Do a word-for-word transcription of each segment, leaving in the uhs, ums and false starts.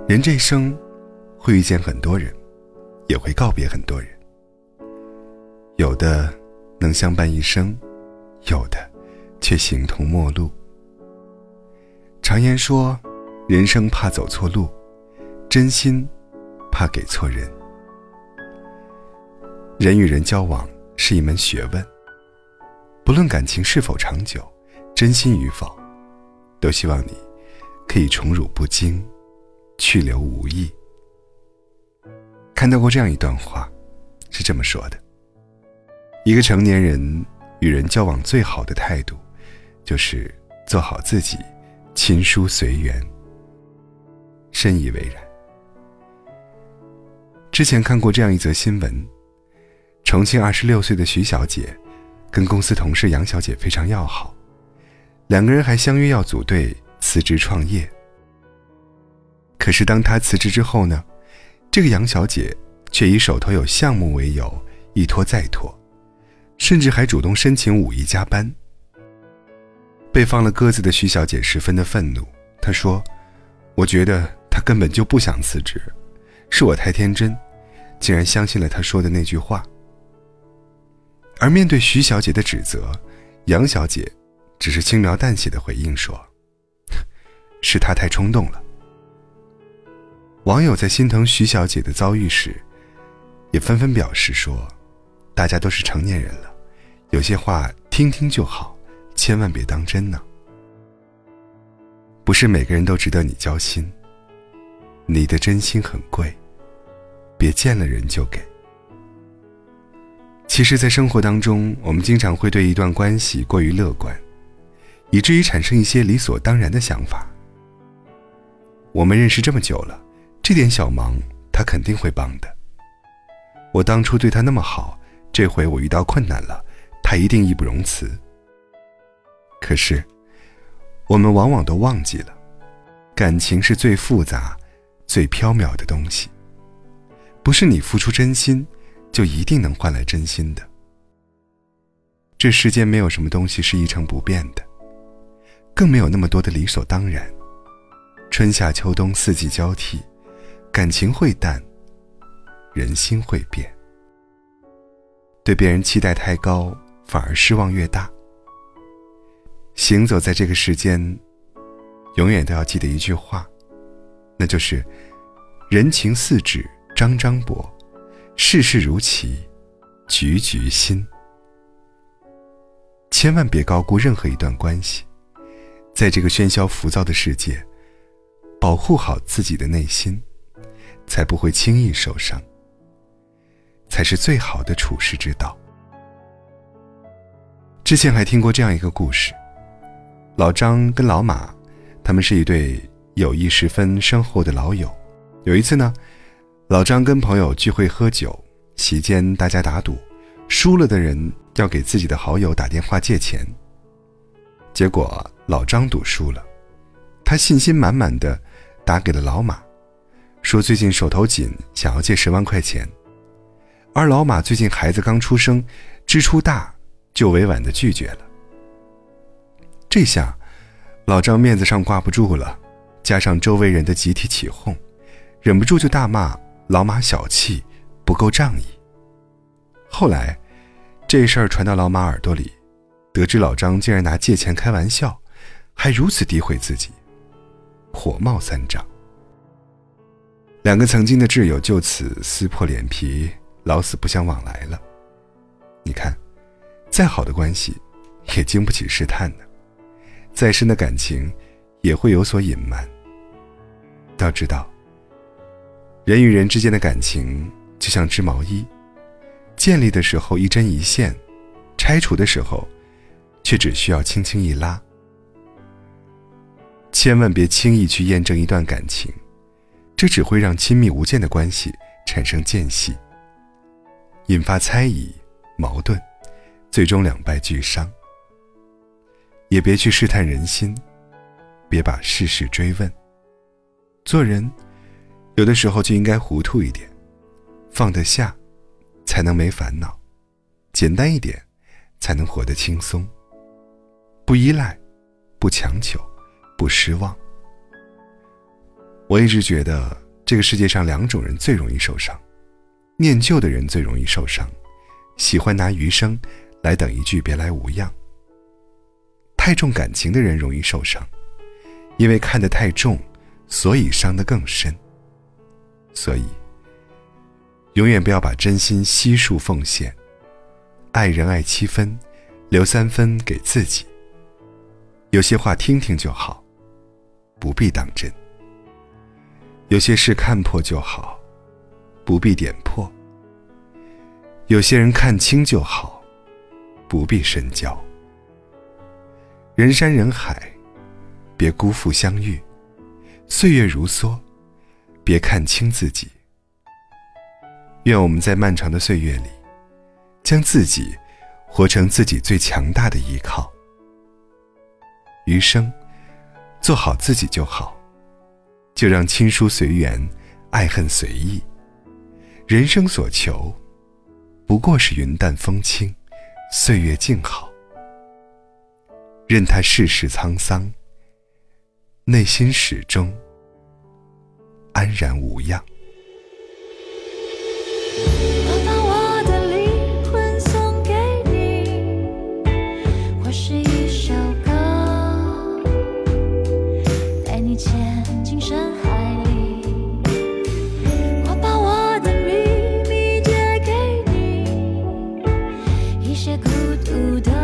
人这一生会遇见很多人，也会告别很多人，有的能相伴一生，有的却形同陌路。常言说，人生怕走错路，真心怕给错人。人与人交往是一门学问，不论感情是否长久，真心与否，都希望你可以宠辱不惊，去留无意。看到过这样一段话，是这么说的：一个成年人与人交往最好的态度，就是做好自己，亲疏随缘。深以为然。之前看过这样一则新闻，重庆二十六岁的徐小姐跟公司同事杨小姐非常要好，两个人还相约要组队辞职创业。可是当她辞职之后呢，这个杨小姐却以手头有项目为由一拖再拖，甚至还主动申请五一加班。被放了鸽子的徐小姐十分的愤怒，她说：我觉得她根本就不想辞职，是我太天真，竟然相信了她说的那句话。而面对徐小姐的指责，杨小姐只是轻描淡写的回应说：是她太冲动了。网友在心疼徐小姐的遭遇时，也纷纷表示说，大家都是成年人了，有些话听听就好，千万别当真呢。不是每个人都值得你交心，你的真心很贵，别见了人就给。其实在生活当中，我们经常会对一段关系过于乐观，以至于产生一些理所当然的想法。我们认识这么久了，这点小忙他肯定会帮的。我当初对他那么好，这回我遇到困难了，他一定义不容辞。可是我们往往都忘记了，感情是最复杂最缥缈的东西，不是你付出真心就一定能换来真心的。这世间没有什么东西是一成不变的，更没有那么多的理所当然。春夏秋冬四季交替，感情会淡，人心会变。对别人期待太高，反而失望越大。行走在这个世间，永远都要记得一句话，那就是人情似纸张张薄，世事如棋局局新。千万别高估任何一段关系，在这个喧嚣浮躁的世界，保护好自己的内心，才不会轻易受伤，才是最好的处世之道。之前还听过这样一个故事，老张跟老马，他们是一对友谊十分深厚的老友。有一次呢，老张跟朋友聚会喝酒，席间大家打赌，输了的人要给自己的好友打电话借钱。结果老张赌输了，他信心满满的打给了老马，说最近手头紧，想要借十万块钱。而老马最近孩子刚出生，支出大，就委婉的拒绝了。这下老张面子上挂不住了，加上周围人的集体起哄，忍不住就大骂老马小气，不够仗义。后来这事儿传到老马耳朵里，得知老张竟然拿借钱开玩笑，还如此诋毁自己，火冒三丈。两个曾经的挚友就此撕破脸皮，老死不相往来了。你看，再好的关系也经不起试探的，再深的感情也会有所隐瞒。要知道，人与人之间的感情就像织毛衣，建立的时候一针一线，拆除的时候却只需要轻轻一拉。千万别轻易去验证一段感情，这只会让亲密无间的关系产生间隙，引发猜疑矛盾，最终两败俱伤。也别去试探人心，别把事事追问。做人有的时候就应该糊涂一点，放得下才能没烦恼，简单一点才能活得轻松。不依赖，不强求，不失望。 我一直觉得这个世界上两种人最容易受伤，念旧的人最容易受伤，喜欢拿余生来等一句别来无恙。太重感情的人容易受伤，因为看得太重，所以伤得更深。所以永远不要把真心悉数奉献，爱人爱七分，留三分给自己。有些话听听就好，不必当真。有些事看破就好，不必点破。有些人看清就好，不必深交。人山人海，别辜负相遇；岁月如梭，别看轻自己。愿我们在漫长的岁月里，将自己活成自己最强大的依靠。余生，做好自己就好，就让亲疏随缘，爱恨随意。人生所求，不过是云淡风轻，岁月静好。任他世事沧桑，内心始终安然无恙。 我把我的灵魂送给你，我是一首歌，带你潜进深海里。我把我的秘密借给你，一些孤独的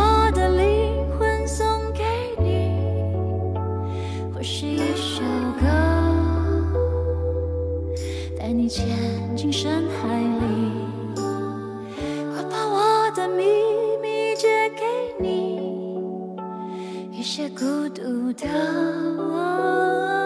我是一首歌。 你潜进深海里，我把我的秘密借给你，一些孤独的